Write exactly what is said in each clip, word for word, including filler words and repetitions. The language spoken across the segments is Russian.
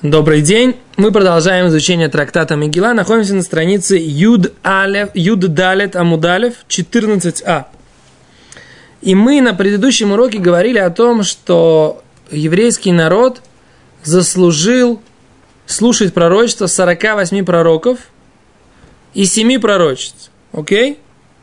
Добрый день. Мы продолжаем изучение трактата Мегила. Находимся на странице Юд Алев, Юд Далет Амудалев четырнадцать а. И мы на предыдущем уроке говорили о том, что еврейский народ заслужил слушать пророчество сорока восьми пророков и семи пророчеств. Окей?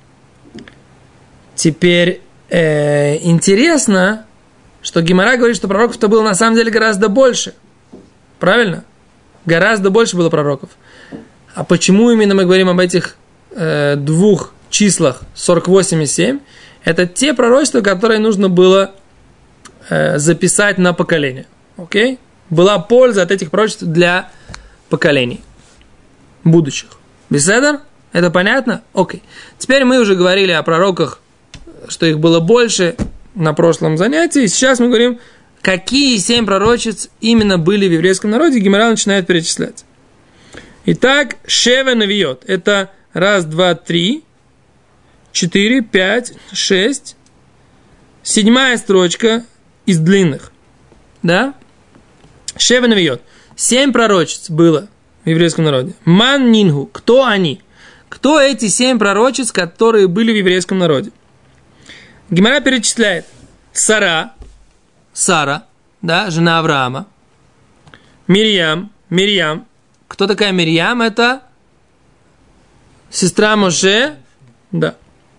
Теперь э, интересно, что Гемара говорит, что пророков-то было на самом деле гораздо больше. Правильно? Гораздо больше было пророков. А почему именно мы говорим об этих э, двух числах сорок восемь и семь? Это те пророчества, которые нужно было э, записать на поколение. Окей? Была польза от этих пророчеств для поколений будущих. Беседер? Это понятно? Окей. Теперь мы уже говорили о пророках, что их было больше на прошлом занятии. Сейчас мы говорим, какие семь пророчеств именно были в еврейском народе. Гемара начинает перечислять. Итак, Шева Навиот. Это раз, два, три, четыре, пять, шесть. Седьмая строчка из длинных. Да? Шева Навиот. Семь пророчеств было в еврейском народе. Ман Нингу. Кто они? Кто эти семь пророчеств, которые были в еврейском народе? Гемара перечисляет. Сара. Сара, да, жена Авраама. Мирьям, Мирьям. Кто такая Мирьям? Это сестра Моше, да.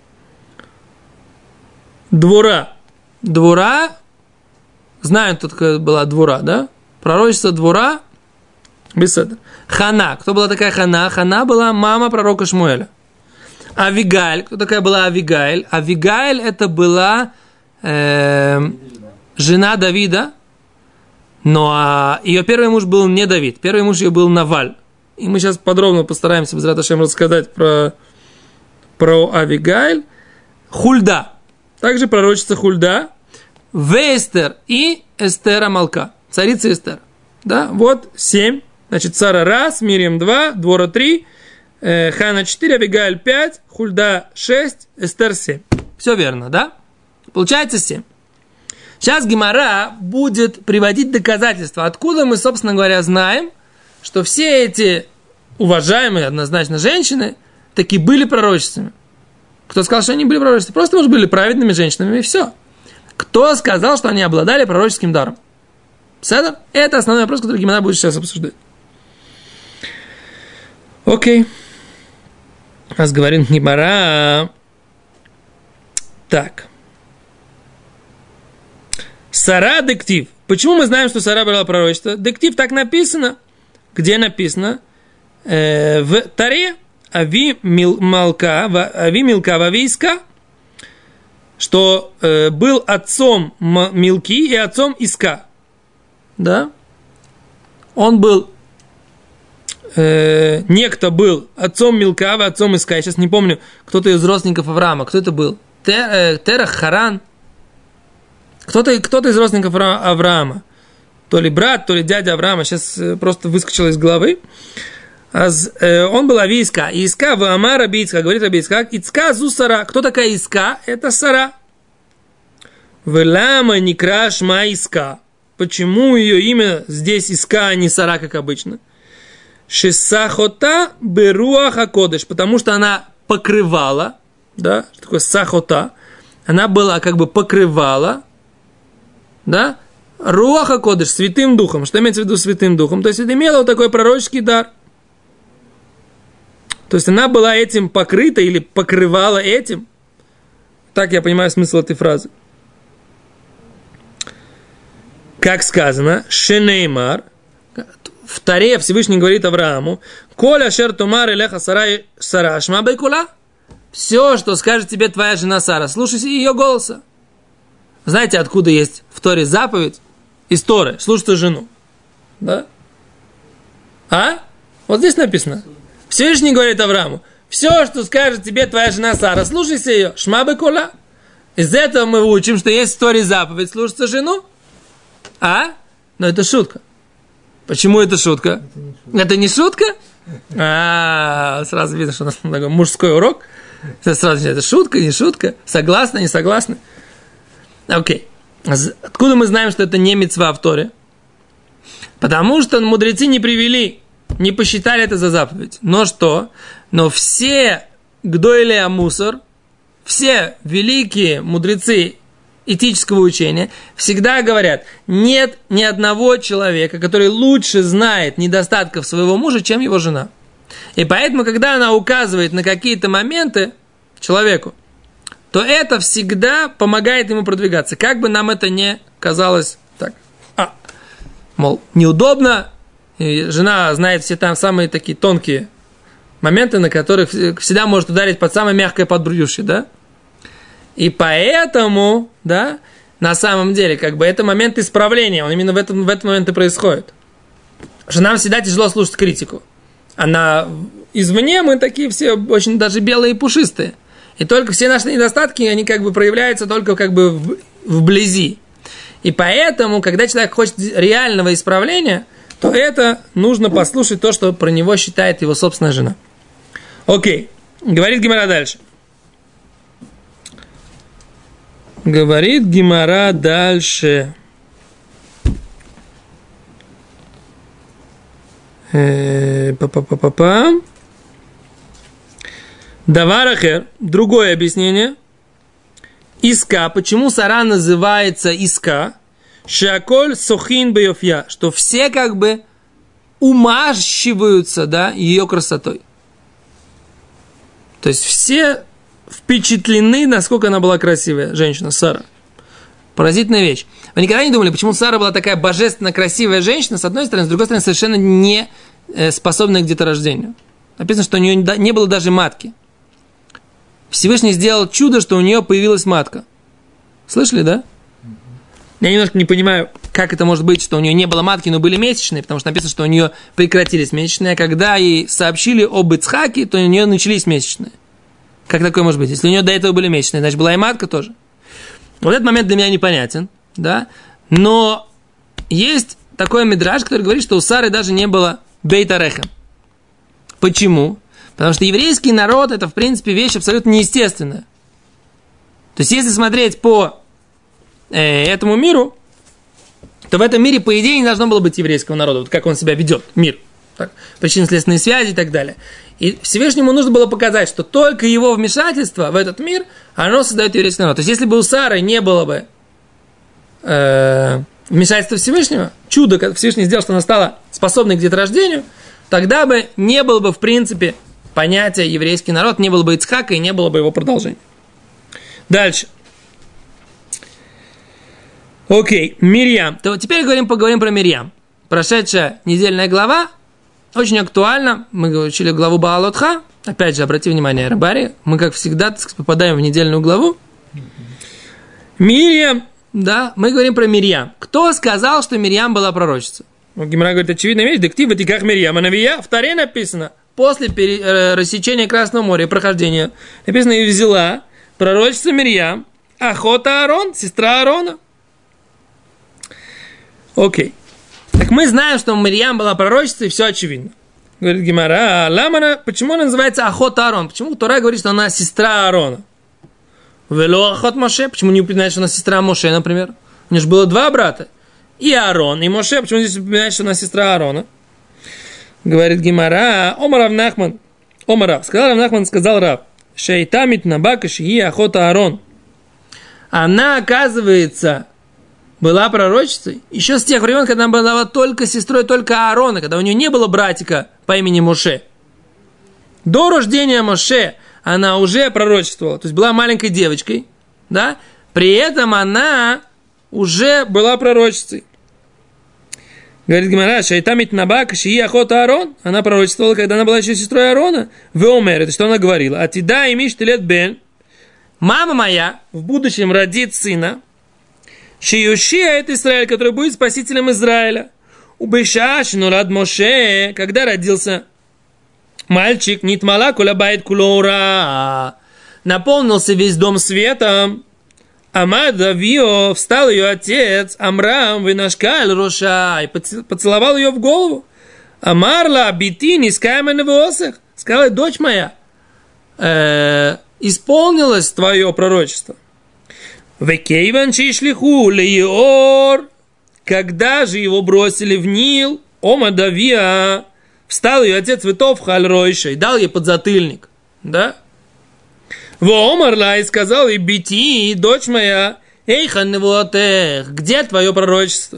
Двора. Двора. Знаем, кто такая была Двора, да? Пророчество Двора. Беседа. Хана. Кто была такая Хана? Хана была мама пророка Шмуэля. Авигаль. Кто такая была Авигаль? Авигаль это была э, жена Давида, но ее первый муж был не Давид. Первый муж ее был Наваль. И мы сейчас подробно постараемся без Раташем рассказать про, про Авигаль. Хульда. Также пророчица Хульда. Вестер и Эстер Амалка. Царица Эстер. Да, вот семь. Значит, Сара раз, Мирьям два, Двора три, э, Хана четыре, Авигаль пять, Хульда шесть, Эстер семь. Все верно, да? Получается семь. Сейчас Гемара будет приводить доказательства, откуда мы, собственно говоря, знаем, что все эти уважаемые однозначно женщины таки были пророчествами. Кто сказал, что они были пророчествами? Просто, может, были праведными женщинами, и все. Кто сказал, что они обладали пророческим даром? Седер? Это основной вопрос, который Гемара будет сейчас обсуждать. Окей. Раз говорим Гемара. Так. Сара дектив. Почему мы знаем, что Сара брала пророчество? Дектив так написано. Где написано? Э, в Таре Ави Милка, Ави Милка Вависка, что э, был отцом Милки и отцом Иска. Да? Он был, э, некто был отцом Милка, отцом Иска. Я сейчас не помню, кто-то из родственников Авраама. Кто это был? Терах, Харан. Кто-то, кто-то из родственников Авраама. То ли брат, то ли дядя Авраама. Сейчас просто выскочил из головы. Аз, э, он был Ави Иска. И Иска в Амар Аби Ицхак. Говорит Аби Ицхак. Ицка зу Сара. Кто такая Иска? Это Сара. Велама никра шма Иска. Почему ее имя здесь Иска, а не Сара, как обычно? Шисахота беруаха кодеш. Потому что она покрывала. Да? Что такое сахота? Она была как бы покрывала. Да? Руаха кодеш, святым духом. Что имеется в виду святым духом? То есть, это имела вот такой пророческий дар. То есть, она была этим покрыта или покрывала этим. Так я понимаю смысл этой фразы. Как сказано, Шенеймар, в Таре Всевышний говорит Аврааму, Коля шер тумар элеха сара сара шма байкула. Все, что скажет тебе твоя жена Сара, слушайся ее голоса. Знаете, откуда есть в Торе заповедь из Торы? Слушайте жену. Да? А? Вот здесь написано. Всевышний говорит Аврааму, все, что скажет тебе твоя жена Сара, слушайся ее. Шма бекула. Из этого мы учим, что есть в Торе заповедь слушаться жену. А? Но это шутка. Почему это шутка? Это не шутка? А, сразу видно, что у нас такой мужской урок. Сразу это шутка, не шутка. Согласны, не согласны? Окей. Откуда мы знаем, что это не мицва в Торе? Потому что мудрецы не привели, не посчитали это за заповедь. Но что? Но все гдойле амусор, все великие мудрецы этического учения всегда говорят, нет ни одного человека, который лучше знает недостатков своего мужа, чем его жена. И поэтому, когда она указывает на какие-то моменты человеку, то это всегда помогает ему продвигаться. Как бы нам это ни казалось так. А, мол, неудобно, и жена знает все там самые такие тонкие моменты, на которых всегда может ударить под самое мягкое подбрюшье, да? И поэтому, да, на самом деле, как бы это момент исправления, он именно в этом, в этот момент и происходит. Женам всегда тяжело слушать критику. Она извне мы такие все очень даже белые и пушистые. И только все наши недостатки, они как бы проявляются только как бы в, вблизи. И поэтому, когда человек хочет реального исправления, то это нужно послушать то, что про него считает его собственная жена. Окей, говорит Гемара дальше. Говорит Гемара дальше. Па-па-па-па-па. Даварахер, другое объяснение. Иска, почему Сара называется Иска? Шаколь сохин бейофья, что все как бы умащиваются, да, ее красотой. То есть все впечатлены, насколько она была красивая, женщина, Сара. Поразительная вещь. Вы никогда не думали, почему Сара была такая божественно красивая женщина, с одной стороны, с другой стороны, совершенно не способная к деторождению. Написано, что у нее не было даже матки. Всевышний сделал чудо, что у нее появилась матка. Слышали, да? Я немножко не понимаю, как это может быть, что у нее не было матки, но были месячные, потому что написано, что у нее прекратились месячные, а когда ей сообщили об Ицхаке, то у нее начались месячные. Как такое может быть? Если у нее до этого были месячные, значит, была и матка тоже. Вот этот момент для меня непонятен, да? Но есть такой мидраш, который говорит, что у Сары даже не было бейт-арехем. Почему? Потому что еврейский народ – это, в принципе, вещь абсолютно неестественная. То есть, если смотреть по э, этому миру, то в этом мире, по идее, не должно было быть еврейского народа. Вот как он себя ведет, мир. Причинно-следственные связи и так далее. И Всевышнему нужно было показать, что только его вмешательство в этот мир, оно создает еврейский народ. То есть, если бы у Сары не было бы э, вмешательства Всевышнего, чудо, как Всевышний сделал, что она стала способной к деторождению, тогда бы не было бы, в принципе, понятия еврейский народ, не было бы Ицхака и не было бы его продолжения. Дальше. Окей, Мирьям. То теперь говорим, поговорим про Мирьям. Прошедшая недельная глава очень актуальна. Мы учили главу Баалотха. Опять же, обрати внимание, Рабари, мы, как всегда, попадаем в недельную главу. Мирьям, да, мы говорим про Мирьям. Кто сказал, что Мирьям была пророчицей? Гемара говорит, очевидная вещь, дектив в этиках Мирьяма Навия. В Торе написано, после пере, э, рассечения Красного моря и прохождения, написано, и взяла пророчица Мирьям, охота Аарон, сестра Аарона. Окей. Так мы знаем, что Мирьям была пророчицей, и все очевидно. Говорит Гемара, а ламана, почему она называется охота Аарон? Почему Тора говорит, что она сестра Аарона? Вело охот Моше, почему не упоминает, что она сестра Моше, например? У нее же было два брата. И Аарон, и Моше, почему здесь упоминает, что она сестра Аарона? Говорит Гемара, Омар Рав Нахман, Омар Рав, сказал Рав Нахман, сказал Рав, шейтамит набака шии охота Аарон. Она, оказывается, была пророчицей еще с тех времен, когда она была только сестрой только Аарона, когда у нее не было братика по имени Моше. До рождения Моше она уже пророчествовала, то есть была маленькой девочкой, да? При этом она уже была пророчицей. Говорит Гемара, шайтамит набак шии охота Аарон. Она пророчествовала, когда она была еще сестрой Аарона. Веомер, это что она говорила? Атида имиш телет бен. Мама моя в будущем родит сына. Шиюшия это Израиль, который будет спасителем Израиля. Убешаш нурад Моше, когда родился мальчик, нитмала кулабайт кулора, наполнился весь дом светом. Амад Авио, встал ее отец, Амрам, винашкаль Роша, и поцеловал ее в голову. Амарла, битини, скаймен в сказала, дочь моя, э, исполнилось твое пророчество. Векейван чишлиху леор, когда же его бросили в Нил, Ома Давия, встал ее отец Витов Хальройша и дал ей подзатыльник, да? Во Омарла и сказал ей, Бити, дочь моя, Эйхан невуатех, где твое пророчество?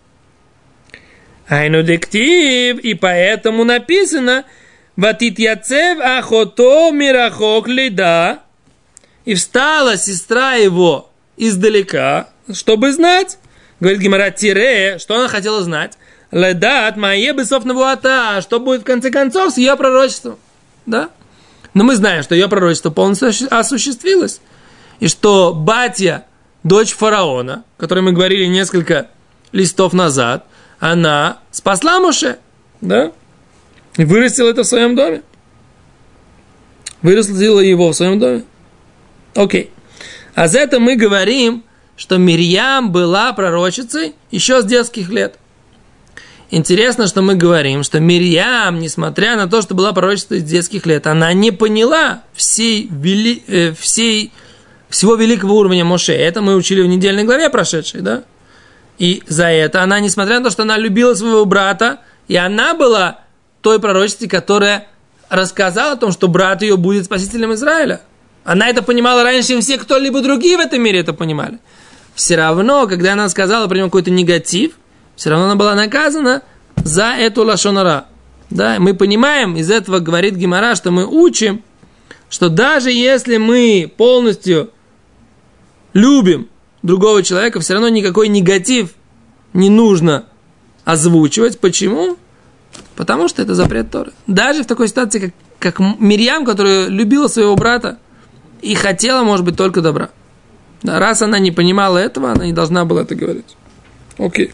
Айну дектив, и поэтому написано, Ватит яцев ахото мирахок лида, и встала сестра его издалека, чтобы знать, говорит Гемара Тире, что она хотела знать, ледат мае бесов навуата, что будет в конце концов с ее пророчеством, да? Но мы знаем, что ее пророчество полностью осуществилось, и что Батья, дочь фараона, о которой мы говорили несколько листов назад, она спасла Моше, да? И вырастила это в своем доме. Вырастила его в своем доме. Окей. А за это мы говорим, что Мирьям была пророчицей еще с детских лет. Интересно, что мы говорим, что Мирьям, несмотря на то, что была пророчицей с детских лет, она не поняла всей, вели, э, всей, всего великого уровня Моше. Это мы учили в недельной главе прошедшей, да? И за это она, несмотря на то, что она любила своего брата, и она была той пророчицей, которая рассказала о том, что брат ее будет спасителем Израиля. Она это понимала раньше, чем все кто-либо другие в этом мире это понимали. Все равно, когда она сказала про него какой-то негатив, все равно она была наказана за эту лашон ара. Да, мы понимаем, из этого говорит Гемара, что мы учим, что даже если мы полностью любим другого человека, все равно никакой негатив не нужно озвучивать. Почему? Потому что это запрет Торы. Даже в такой ситуации, как, как Мирьям, которая любила своего брата и хотела, может быть, только добра. Да, раз она не понимала этого, она не должна была это говорить. Окей.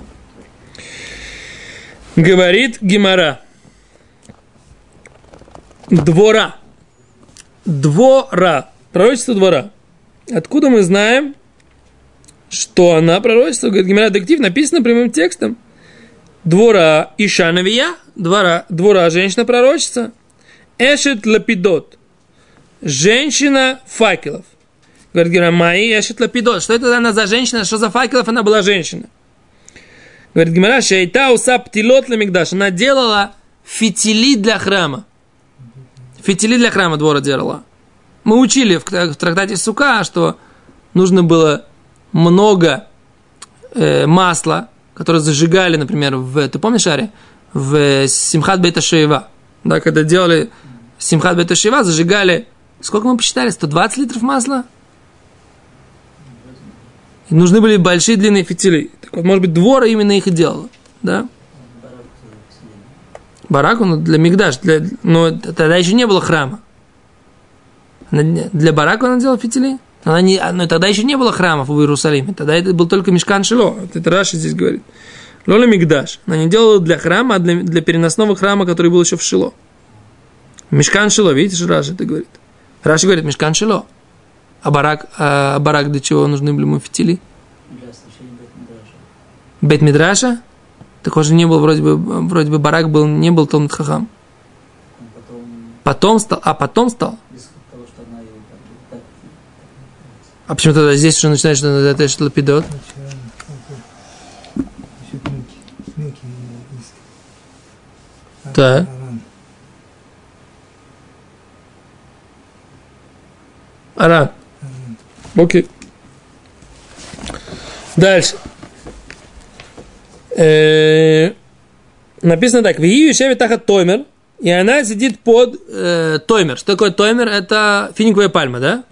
Говорит Гемара. Двора. Двора. Пророчество двора. Откуда мы знаем, что она пророчество? Говорит Гемара Дектив, написано прямым текстом. Двора Ишановия, двора, двора женщина-пророчица. Эшет лапидот, женщина факелов. Говорит Гемара, мои эшет лапидот. Что это она за женщина? Что за факелов она была женщина? Говорит Гемара, шейта уса птилот лемигдаш. Она делала фитили для храма. Фитили для храма двора делала. Мы учили в, в трактате Сука, что нужно было много э, масла, которые зажигали, например, в, ты помнишь, Ари, в Симхат бейт ха-Шеива, да, когда делали Симхат бейт ха-Шеива, зажигали, сколько мы посчитали, сто двадцать литров масла? И нужны были большие длинные фитили. Так вот, может быть, двора именно их и делала, да? Бараку, ну, для Мигдаш, для, но тогда еще не было храма. Для Бараку она делала фитили? Она не, но тогда еще не было храмов в Иерусалиме. Тогда это был только Мишкан Шило. Это Раши здесь говорит. Лола Мигдаш. Она не делала для храма, а для, для переносного храма, который был еще в Шило. Мишкан Шило. Видите, Раши это говорит. Раши говорит Мишкан Шило. А барак, а барак для чего нужны были ему фитили? Для освящения Бейт-Мидраша. Бейт-Мидраша? Так он же не был, вроде бы, вроде бы барак был, не был Талмид Хахам. Потом... потом стал. А потом стал? Того, что она его так... А почему тогда здесь уже начинает, что это что лапидот? Так. Аран. Окей. Дальше. Э-э- написано так. Вии ешевит тахат тоймер. И она сидит под э, тоймер. Что такое тоймер? Это финиковая пальма, да?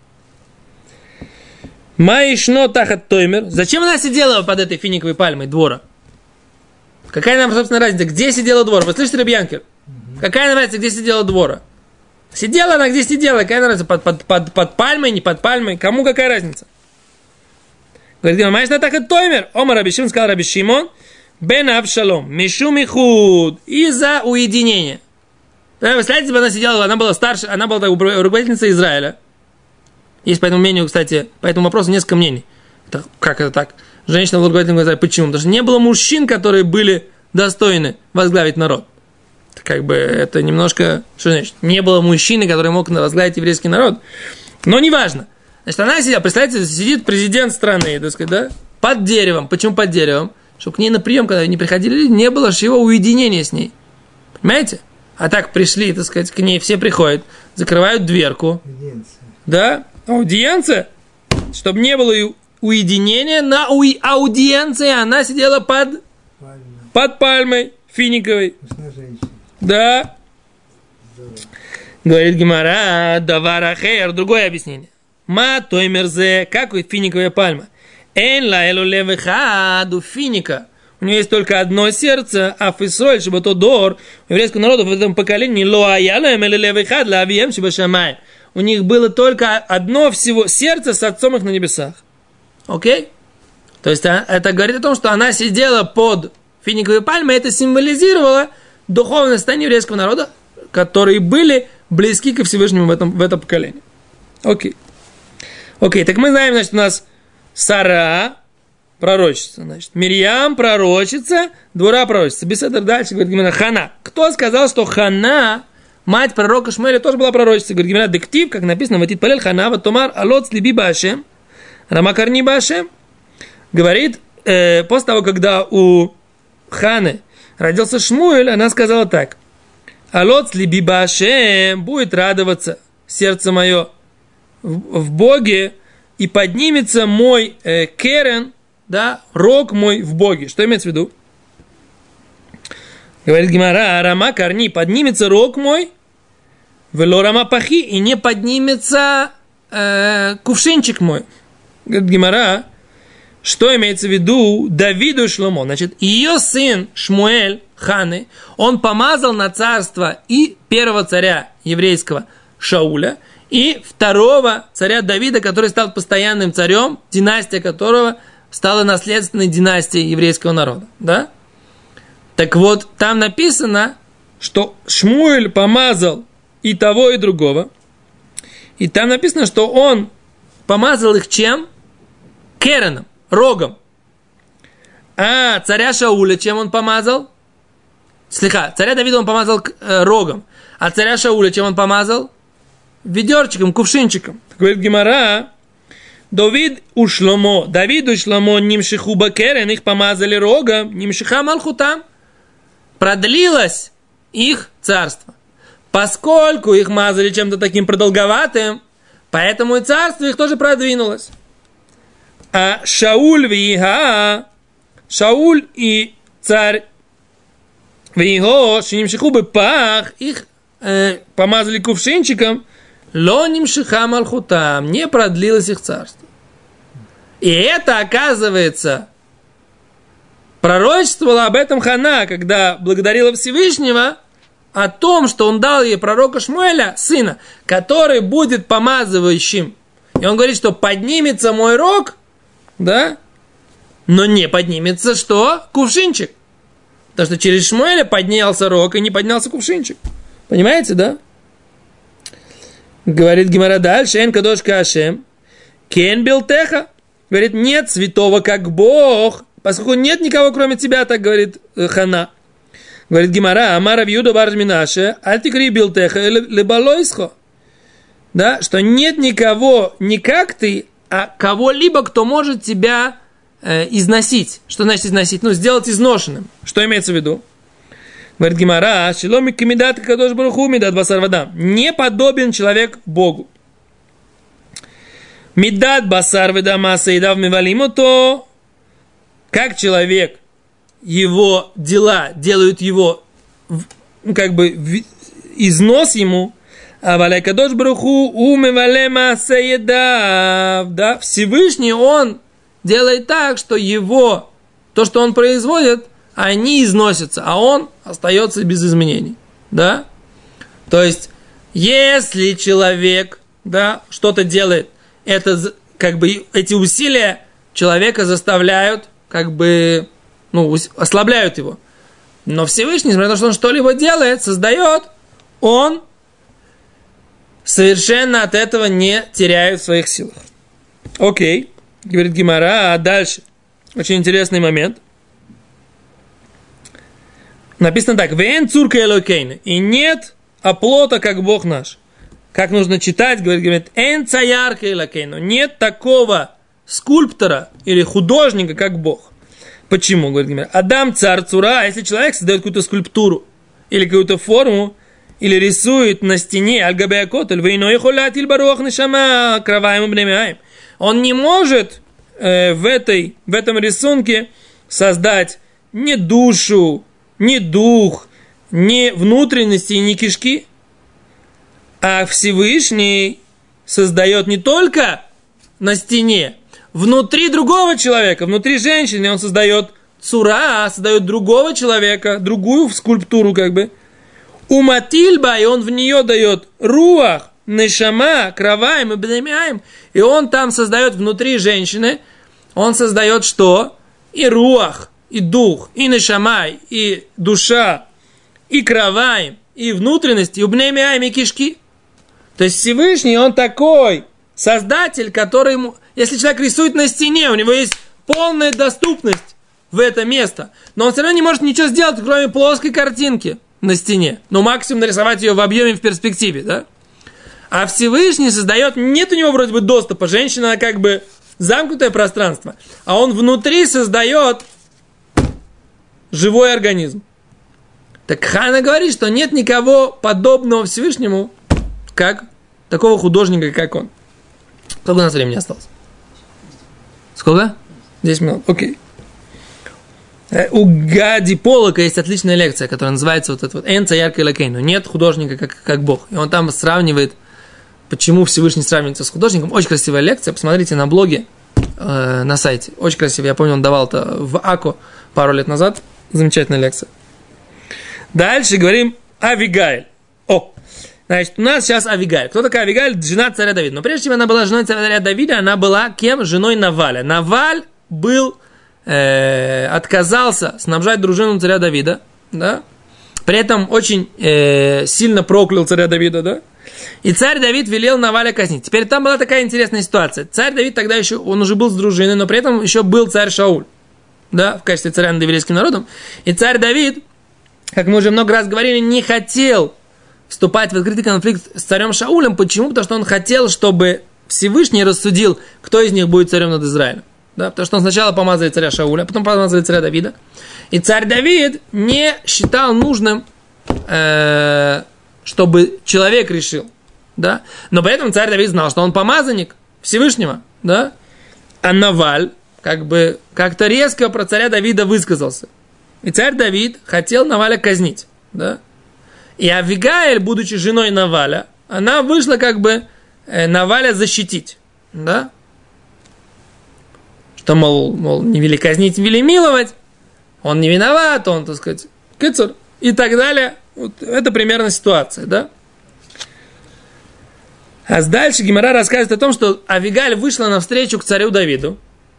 Маишно тахат тоймер. Зачем она сидела под этой финиковой пальмой двора? Какая нам, собственно, разница? Где сидела двора? Вы слышите, Ребби Янкель? Mm-hmm. Какая нам разница, где сидела двора? Сидела она, где сидела? Какая разница? Под, под, под, под пальмой, не под пальмой? Кому какая разница? Говорит, маишно тахат тоймер. Омар Раби Шимон, сказал Раби Шимон. Бен Авшалом. Мишу михуд. Из-за уединения. Представляете, если бы она сидела, она была старше, она была так, руководительница Израиля. Есть по этому мнению, кстати, по этому вопросу несколько мнений. Это, как это так? Женщина была руководительницей Израиля. Почему? Потому что не было мужчин, которые были достойны возглавить народ. Это как бы, это немножко, что значит? Не было мужчины, который мог возглавить еврейский народ. Но неважно. Значит, она сидела, представляете, сидит президент страны, так сказать, да? Под деревом. Почему под деревом? Чтобы к ней на прием, когда не приходили люди, не было же его уединения с ней. Понимаете? А так пришли, так сказать, к ней все приходят, закрывают дверку. Аудиенция. Да, аудиенция. Чтобы не было уединения, на уи- аудиенции она сидела под, Пальма. под пальмой финиковой. Нужна женщина. Да. Здорово. Говорит Гемара, даварахер, другое объяснение. Ма той мерзе, как финиковая пальма. Эн ла элу левехаду финика. У нее есть только одно сердце, а фисроль, чтобы то дор, у еврейского народа в этом поколении, лоаялем или левехад, лавием, чтобы шамай. У них было только одно всего сердце с отцом их на небесах. Окей? То есть это говорит о том, что она сидела под финиковой пальмой, это символизировало духовное состояние еврейского народа, которые были близки ко Всевышнему в этом, в этом поколении. Окей. Окей, так мы знаем, значит, у нас Сара, пророчица, значит, Мирьям, пророчица, Двора, пророчица. Беседа дальше, говорит Гимена, Хана. Кто сказал, что Хана, мать пророка Шмуэля, тоже была пророчицей? Говорит Гимена, дектив, как написано, Ватит Палель Хана, Ватомар, Алот, Слиби Баашем, Рамакарни Баашем. Говорит, э, после того, когда у Ханы родился Шмуэль, она сказала так. Алот, Слиби Баашем, будет радоваться сердце мое в, в Боге, и поднимется мой э, керен, да, рог мой в Боге. Что имеется в виду? Говорит Гемара, Рама Карни, поднимется рог мой, вело Рама Пахи, и не поднимется э, кувшинчик мой. Говорит Гемара, что имеется в виду Давиду и Шломо? Значит, ее сын Шмуэль, Ханы, он помазал на царство и первого царя еврейского Шауля, и второго царя Давида, который стал постоянным царем, династия которого стала наследственной династией еврейского народа. Да? Так вот, там написано, что Шмуэль помазал и того, и другого. И там написано, что он помазал их чем? Кереном, рогом. А царя Шауля чем он помазал? Слегка, царя Давида он помазал э, рогом. А царя Шауля чем он помазал? Ведерчиком, кувшинчиком. Говорит Гемара, Давид у Шломо, Давиду и Шломо нимшиху бакерен, их помазали рогом, нимшиха малхутам. Продлилось их царство. Поскольку их мазали чем-то таким продолговатым, поэтому и царство их тоже продвинулось. А Шауль виха, Шауль и царь виго, шинимшиху бы пах, их э, помазали кувшинчиком, ло нимшиха малхутам, не продлилось их царство. И это, оказывается, пророчествовала об этом Хана, когда благодарила Всевышнего о том, что он дал ей пророка Шмуэля, сына, который будет помазывающим. И он говорит, что поднимется мой рог, да, но не поднимется что? Кувшинчик. Потому что через Шмуэля поднялся рог и не поднялся кувшинчик. Понимаете, да? Говорит Гемара дальше, эн кадош кашем, кен билтеха. Говорит, нет святого как Бог, поскольку нет никого кроме тебя, так говорит Хана. Говорит Гемара, амара вьюда баржминаше, альтикри билтеха лебалойсхо. Да, что нет никого, не как ты, а кого-либо, кто может тебя э, износить. Что значит износить? Ну, сделать изношенным. Что имеется в виду? Говорит Гемара, шиломи кимидат кадош баруху мидат басар вадам. Не подобен человек Богу. Мидат басар вадама саидав мивалиму то, как человек, его дела делают его, как бы, износ ему, а валяй кадош баруху умивалема саидав. Да, Всевышний, он делает так, что его, то, что он производит, они износятся, а он остается без изменений, да? То есть, если человек, да, что-то делает, это, как бы, эти усилия человека заставляют, как бы, ну, ослабляют его. Но Всевышний, несмотря на то, что он что-либо делает, создает, он совершенно от этого не теряет в своих силах. Окей, говорит Гемара, а дальше, очень интересный момент. Написано так, «Вен цурка элокейна», и нет оплота, как Бог наш. Как нужно читать, говорит, говорит, «Эн цаярка элокейна», нет такого скульптора или художника, как Бог. Почему, говорит Гимара? Адам цар цура, если человек создает какую-то скульптуру или какую-то форму, или рисует на стене аль-габея котель, вейно ихолятиль баруах нишама краваем бнемяем. Он не может э, в, этой, в этом рисунке создать ни душу, ни дух, ни внутренности, ни кишки. А Всевышний создает не только на стене, внутри другого человека, внутри женщины он создает цура, создает другого человека, другую скульптуру как бы. Уматильба, и он в нее дает руах, нешама, краваем и бнемяем, и он там создает внутри женщины, он создает что? И руах, и дух, и нешама, и душа, и краваем, и внутренность, и бнемяем, и кишки. То есть Всевышний, он такой создатель, который ему... Если человек рисует на стене, у него есть полная доступность в это место, но он все равно не может ничего сделать, кроме плоской картинки на стене. Ну, максимум нарисовать ее в объеме, в перспективе, да? А Всевышний создает... Нет у него вроде бы доступа. Женщина как бы замкнутое пространство. А он внутри создает живой организм. Так Хана говорит, что нет никого подобного Всевышнему, как такого художника, как он. Сколько у нас времени осталось? Сколько? десять минут. Окей. У Гади Полока есть отличная лекция, которая называется вот это вот «Энца яркой лакейну». Нет художника, как, как Бог. И он там сравнивает, почему Всевышний сравнивается с художником. Очень красивая лекция. Посмотрите на блоге, э, на сайте. Очень красиво. Я помню, он давал это в АКО пару лет назад. Замечательная лекция. Дальше говорим Авигайль. О, значит, у нас сейчас Авигайль. Кто такая Авигайль? Жена царя Давида. Но прежде чем она была женой царя Давида, она была кем? Женой Наваля. Наваль был... отказался снабжать дружину царя Давида, да, при этом очень э, сильно проклял царя Давида, да, и царь Давид велел Наваля казнить. Теперь там была такая интересная ситуация. Царь Давид тогда еще, он уже был с дружиной, но при этом еще был царь Шауль, да, в качестве царя над еврейским народом, и царь Давид, как мы уже много раз говорили, не хотел вступать в открытый конфликт с царем Шаулем. Почему? Потому что он хотел, чтобы Всевышний рассудил, кто из них будет царем над Израилем. Да, потому что он сначала помазали царя Шауля, потом помазали царя Давида. И царь Давид не считал нужным, э, чтобы человек решил. Да? Но поэтому царь Давид знал, что он помазанник Всевышнего. Да? А Наваль как бы как-то резко про царя Давида высказался. И царь Давид хотел Наваля казнить. Да? И Авигаэль, будучи женой Наваля, она вышла как бы э, Наваля защитить. Да? Что, мол, мол, не вели казнить, вели миловать, он не виноват, он, так сказать, кыцур, и так далее. Вот это примерно ситуация, да? А дальше Гемара рассказывает о том, что Авигаль вышла навстречу к царю Давиду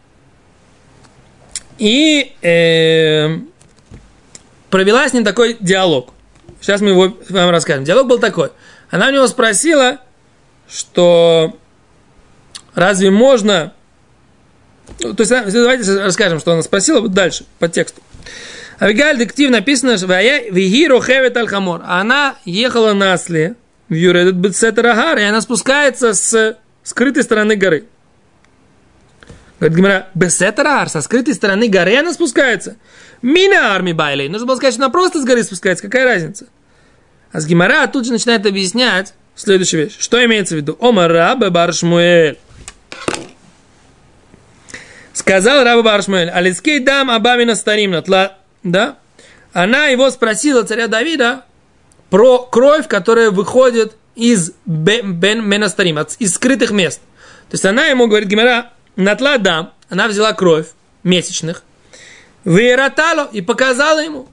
и э, провела с ним такой диалог. Сейчас мы его вам расскажем. Диалог был такой. Она у него спросила, что разве можно... То есть, давайте расскажем, что она спросила, вот дальше, по тексту. Авигаль, детектив, написано, что она ехала на осле в Юредет Бетсетер-Агар, и она спускается с скрытой стороны горы. Говорит Гемара, Бетсетер-Агар, со скрытой стороны горы она спускается. Мина арми байлей. Нужно было сказать, что она просто с горы спускается, какая разница? А с Гемара тут же начинает объяснять следующую вещь. Что имеется в виду? Омар Рабе бар Шмуэль. Сказал Раба бар Шмуэль, алискей дам абамина старим натла, да? Она его спросила, царя Давида, про кровь, которая выходит из бен менастарим, из скрытых мест. То есть она ему говорит, Гемара, натла дам, она взяла кровь месячных, вейратало, и показала ему.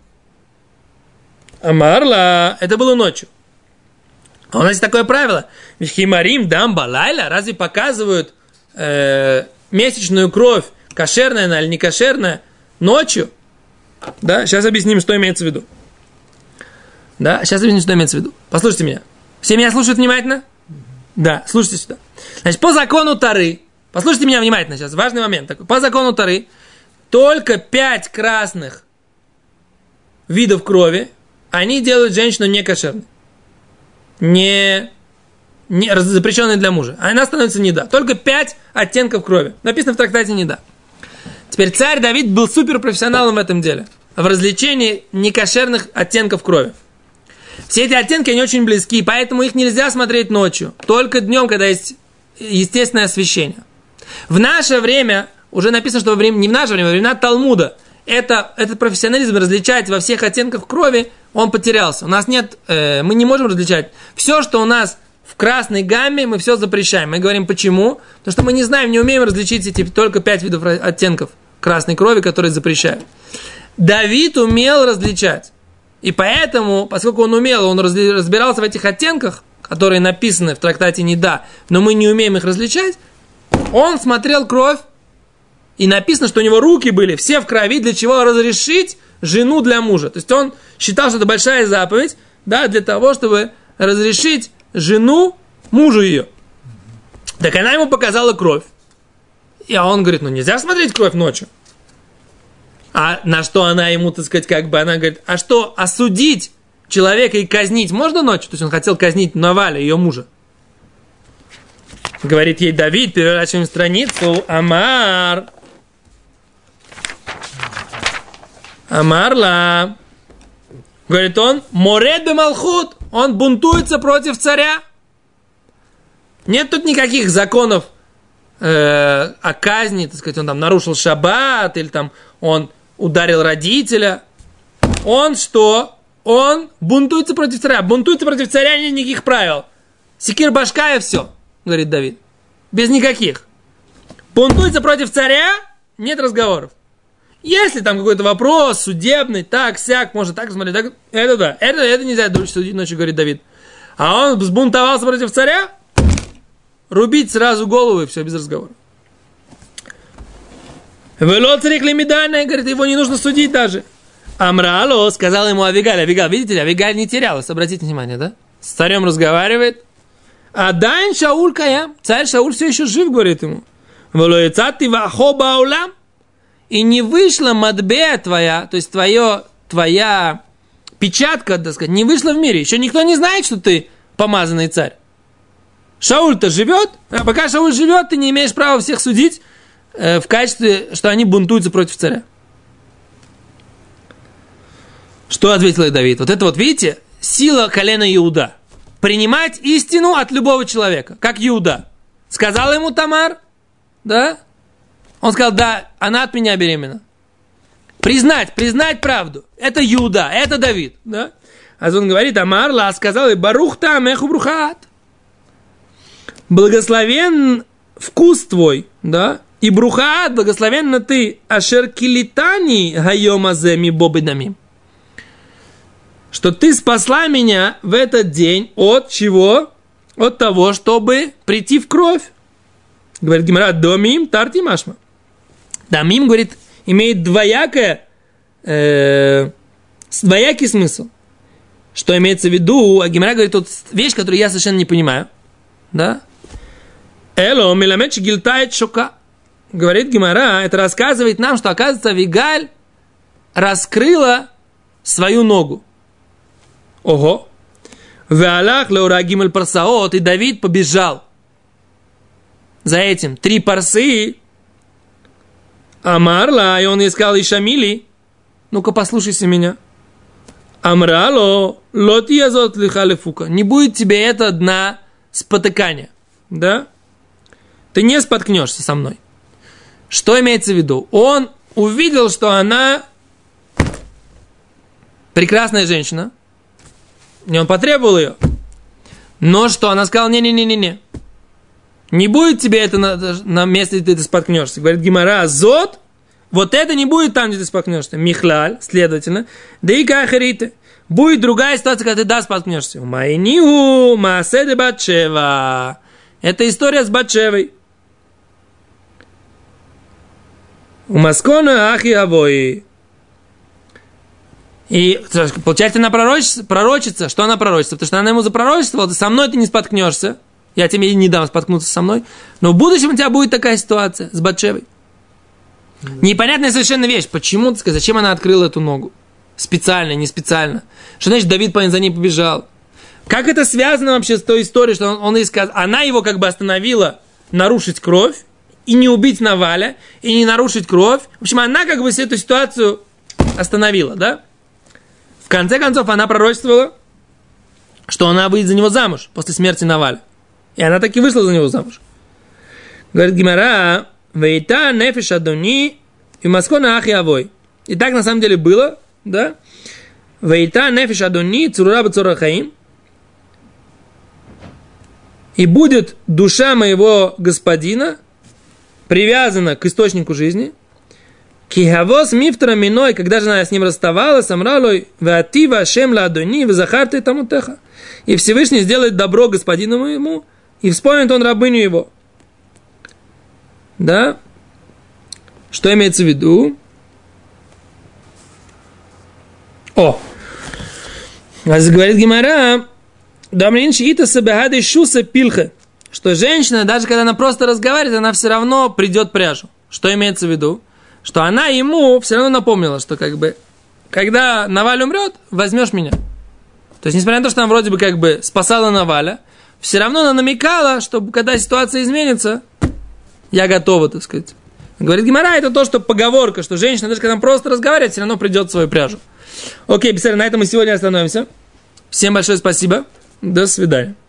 Амарла, это было ночью. А у нас есть такое правило, химарим дам балайла, разве показывают э, месячную кровь, кошерная она или не кошерная, ночью? Да, сейчас объясним, что имеется в виду. Да, сейчас объясним, что имеется в виду. Послушайте меня. Все меня слушают внимательно? Да, слушайте сюда. Значит, по закону Торы, послушайте меня внимательно сейчас, важный момент такой. По закону Торы, только пять красных видов крови, они делают женщину не кошерной. Не... Не, запрещенной для мужа. Она становится не да. Только пять оттенков крови. Написано в трактате не да. Теперь царь Давид был суперпрофессионалом в этом деле. В развлечении некошерных оттенков крови. Все эти оттенки, они очень близки, поэтому их нельзя смотреть ночью. Только днем, когда есть естественное освещение. В наше время, уже написано, что во время, не в наше время, во времена Талмуда, это, этот профессионализм различать во всех оттенках крови, он потерялся. У нас нет, э, мы не можем различать. Все, что у нас в красной гамме, мы все запрещаем. Мы говорим, почему? Потому что мы не знаем, не умеем различить эти только пять видов оттенков красной крови, которые запрещают. Давид умел различать. И поэтому, поскольку он умел, он разбирался в этих оттенках, которые написаны в трактате Нида, но мы не умеем их различать, он смотрел кровь, и написано, что у него руки были все в крови, для чего разрешить жену для мужа. То есть он считал, что это большая заповедь, да, для того, чтобы разрешить жену мужу ее. Так она ему показала кровь. И он говорит, ну нельзя смотреть кровь ночью. А на что она ему, так сказать, как бы, она говорит, а что, осудить человека и казнить можно ночью? То есть он хотел казнить Наваля, ее мужа. Говорит ей Давид, переворачиваем страницу, Амар. Амарла. Говорит он, Моред бе Малхут, он бунтуется против царя. Нет тут никаких законов э, о казни, так сказать, он там нарушил шаббат, или там он ударил родителя. Он что? Он бунтуется против царя. Бунтуется против царя, нет никаких правил. Секир башка и все, говорит Давид. Без никаких. Бунтуется против царя, нет разговоров. Если там какой-то вопрос судебный, так, сяк, можно так смотреть, так, это да, это, это нельзя судить ночью, говорит Давид. А он взбунтовался против царя, рубить сразу голову и все, без разговора. Вело царик лемидайна, говорит, его не нужно судить даже. Амрало, сказал ему Авигаль, Авигаль, видите ли, Авигаль не терялась, обратите внимание, да? С царем разговаривает. А дайн Шауль каям, царь Шауль все еще жив, говорит ему. Вело яцати вахо баулам. И не вышла мадбея твоя, то есть твое, твоя печатка, так сказать, не вышла в мире. Еще никто не знает, что ты помазанный царь. Шауль-то живет, а пока Шауль живет, ты не имеешь права всех судить э, в качестве, что они бунтуются против царя. Что ответил Давид? Вот это вот, видите, сила колена Иуда. Принимать истину от любого человека, как Иуда. Сказал ему Тамар, да? Он сказал, да, она от меня беременна. Признать, признать правду. Это Иуда, это Давид. Да? А он говорит, Амар ла сказал, и барух там эху брухат. Благословен вкус твой, да, и брухат, благословенна ты, ашер килитани гайомазе ми бобидами. Что ты спасла меня в этот день от чего? От того, чтобы прийти в кровь. Говорит Гемара, домим тарти машма. Дамим, говорит, имеет двоякое, э, двоякий смысл. Что имеется в виду? А Гемара говорит, тут вещь, которую я совершенно не понимаю. Да? Эло, миламеч гильтает шока. Говорит Гемара, это рассказывает нам, что, оказывается, Авигаль раскрыла свою ногу. Ого. Веалах леурагим эль парсаот, и Давид побежал за этим. Три парсы. Амарла, и он искал Ишамили. Ну-ка, послушайся меня. Амрало, лотиязот лихалифука. Не будет тебе это дна спотыкания. Да? Ты не споткнешься со мной. Что имеется в виду? Он увидел, что она прекрасная женщина. И он потребовал ее. Но что? Она сказала, не-не-не-не-не. Не будет тебе это на, на месте, где ты споткнешься. Говорит Гемара, зод, вот это не будет там, где ты споткнешься. Михлаль, следовательно, да и кахариты. Будет другая ситуация, когда ты да споткнешься. Майниу, мааседе Батшева. Это история с Батшевой. У Маскона ахи авои. И получается, она пророчится, пророчится. Что она пророчится? Потому что она ему запророчествовала, со мной ты не споткнешься. Я тебе не дам споткнуться со мной. Но в будущем у тебя будет такая ситуация с Батшевой. Mm-hmm. Непонятная совершенно вещь. Почему, так сказать, зачем она открыла эту ногу? Специально, не специально. Что значит, Давид за ней побежал? Как это связано вообще с той историей, что он, он ей сказал, она его как бы остановила нарушить кровь, и не убить Наваля, и не нарушить кровь. В общем, она как бы всю эту ситуацию остановила, да? В конце концов, она пророчествовала, что она выйдет за него замуж после смерти Наваля. И она таки вышла за него замуж. Говорит Гемара, «Вейта нефиш адони и маскона ахи авой». И так на самом деле было, да? «Вейта нефиш адони цурура бацура хаим». И будет душа моего господина привязана к источнику жизни. Кихавос мифтра миной, когда же она с ним расставалась, амралой ватива шемла адони везахарты тамутеха. И Всевышний сделает добро господину ему, и вспомнит он рабыню его. Да? Что имеется в виду? О! Говорит Гемара, что женщина, даже когда она просто разговаривает, она все равно придет пряжу. Что имеется в виду? Что она ему все равно напомнила, что как бы, когда Наваль умрет, возьмешь меня. То есть, несмотря на то, что она вроде бы как бы спасала Наваля, все равно она намекала, что когда ситуация изменится, я готова, так сказать. Говорит Гемара, это то, что поговорка, что женщина, даже когда она просто разговаривает, все равно придет в свою пряжу. Окей, писали, на этом мы сегодня остановимся. Всем большое спасибо. До свидания.